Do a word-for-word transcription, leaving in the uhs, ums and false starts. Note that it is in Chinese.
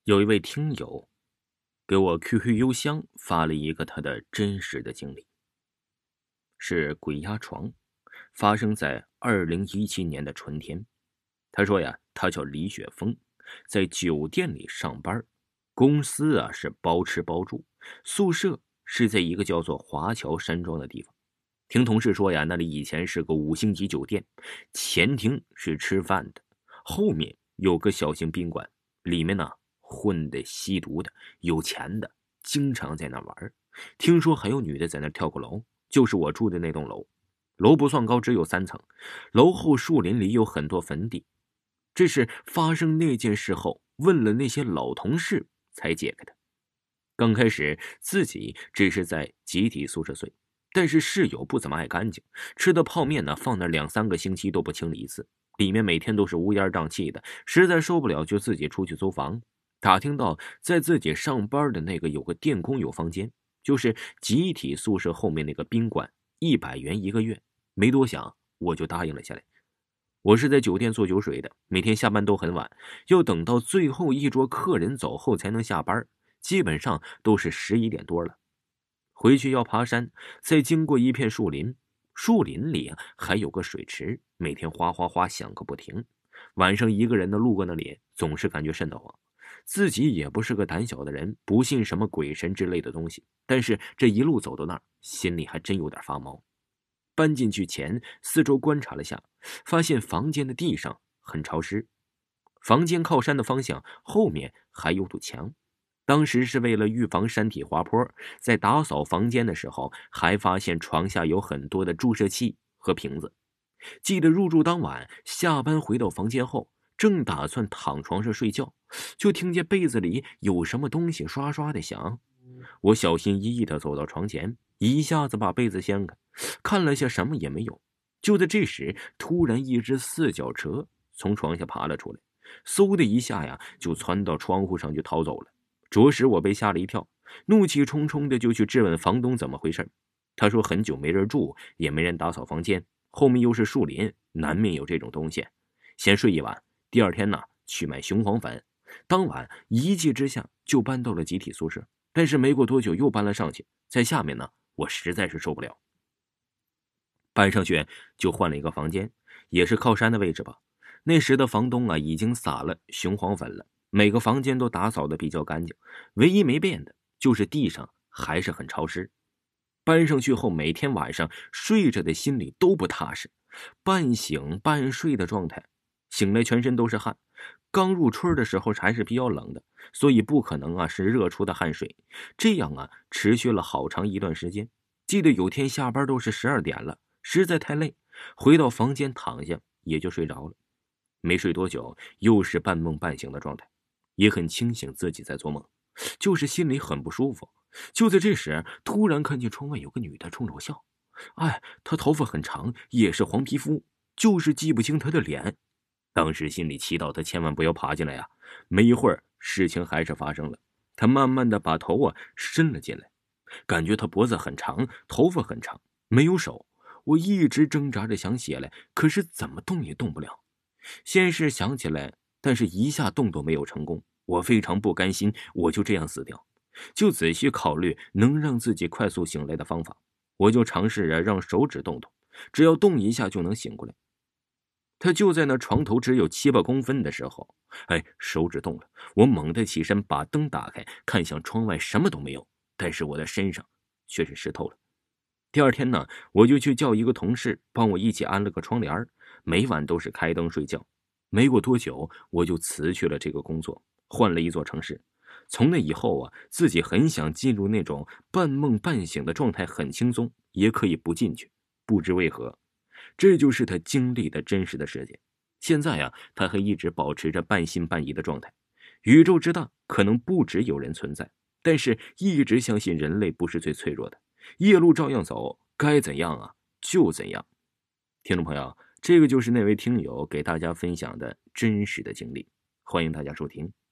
有一位听友给我 Q Q 邮箱发了一个他的真实的经历，是鬼压床，发生在二零一七年的春天。他说呀，他叫李雪峰，在酒店里上班，公司啊是包吃包住，宿舍是在一个叫做华侨山庄的地方。听同事说呀，那里以前是个五星级酒店，前厅是吃饭的，后面有个小型宾馆，里面呢混的、吸毒的、有钱的，经常在那玩。听说还有女的在那跳过楼，就是我住的那栋楼。楼不算高，只有三层，楼后树林里有很多坟地。这是发生那件事后问了那些老同事才解开的。刚开始自己只是在集体宿舍睡，但是室友不怎么爱干净，吃的泡面呢放那两三个星期都不清理一次，里面每天都是乌烟瘴气的，实在受不了就自己出去租房。打听到在自己上班的那个有个电工有房间，就是集体宿舍后面那个宾馆，一百元一个月。没多想我就答应了下来。我是在酒店做酒水的，每天下班都很晚，要等到最后一桌客人走后才能下班，基本上都是十一点多了。回去要爬山，再经过一片树林，树林里啊还有个水池，每天哗哗哗响个不停。晚上一个人的路过那里，总是感觉瘆得慌。自己也不是个胆小的人，不信什么鬼神之类的东西，但是这一路走到那儿，心里还真有点发毛。搬进去前，四周观察了下，发现房间的地上很潮湿，房间靠山的方向后面还有堵墙。当时是为了预防山体滑坡，在打扫房间的时候，还发现床下有很多的注射器和瓶子。记得入住当晚，下班回到房间后，正打算躺床上睡觉，就听见被子里有什么东西刷刷的响。我小心翼翼地走到床前，一下子把被子掀开，看了下什么也没有。就在这时，突然一只四脚蛇从床下爬了出来，嗖的一下呀，就窜到窗户上就逃走了。着实我被吓了一跳，怒气冲冲的就去质问房东怎么回事。他说很久没人住，也没人打扫房间，后面又是树林，难免有这种东西。先睡一晚，第二天呢去买雄黄粉。当晚一气之下就搬到了集体宿舍，但是没过多久又搬了上去，在下面呢我实在是受不了，搬上去就换了一个房间，也是靠山的位置吧。那时的房东啊已经撒了雄黄粉了，每个房间都打扫的比较干净，唯一没变的就是地上还是很潮湿。搬上去后，每天晚上睡着的心里都不踏实，半醒半睡的状态，醒来全身都是汗。刚入春的时候还是比较冷的，所以不可能啊是热出的汗水。这样啊持续了好长一段时间。记得有天下班都是十二点了，实在太累，回到房间躺下也就睡着了。没睡多久，又是半梦半醒的状态，也很清醒自己在做梦，就是心里很不舒服。就在这时，突然看见窗外有个女的冲着我笑。哎，她头发很长，也是黄皮肤，就是记不清她的脸。当时心里祈祷她千万不要爬进来呀。没一会儿，事情还是发生了。她慢慢的把头啊伸了进来，感觉她脖子很长，头发很长，没有手。我一直挣扎着想起来，可是怎么动也动不了。先是想起来，但是一下动都没有成功。我非常不甘心，我就这样死掉。就仔细考虑能让自己快速醒来的方法，我就尝试着让手指动动，只要动一下就能醒过来。他就在那床头只有七八公分的时候，哎，手指动了，我猛地起身把灯打开，看向窗外，什么都没有，但是我的身上却是湿透了。第二天呢，我就去叫一个同事帮我一起安了个窗帘，每晚都是开灯睡觉。没过多久，我就辞去了这个工作，换了一座城市。从那以后啊，自己很想进入那种半梦半醒的状态，很轻松，也可以不进去。不知为何，这就是他经历的真实的事件。现在啊，他还一直保持着半信半疑的状态。宇宙之大，可能不只有人存在，但是一直相信人类不是最脆弱的，夜路照样走，该怎样啊就怎样。听众朋友，这个就是那位听友给大家分享的真实的经历，欢迎大家收听。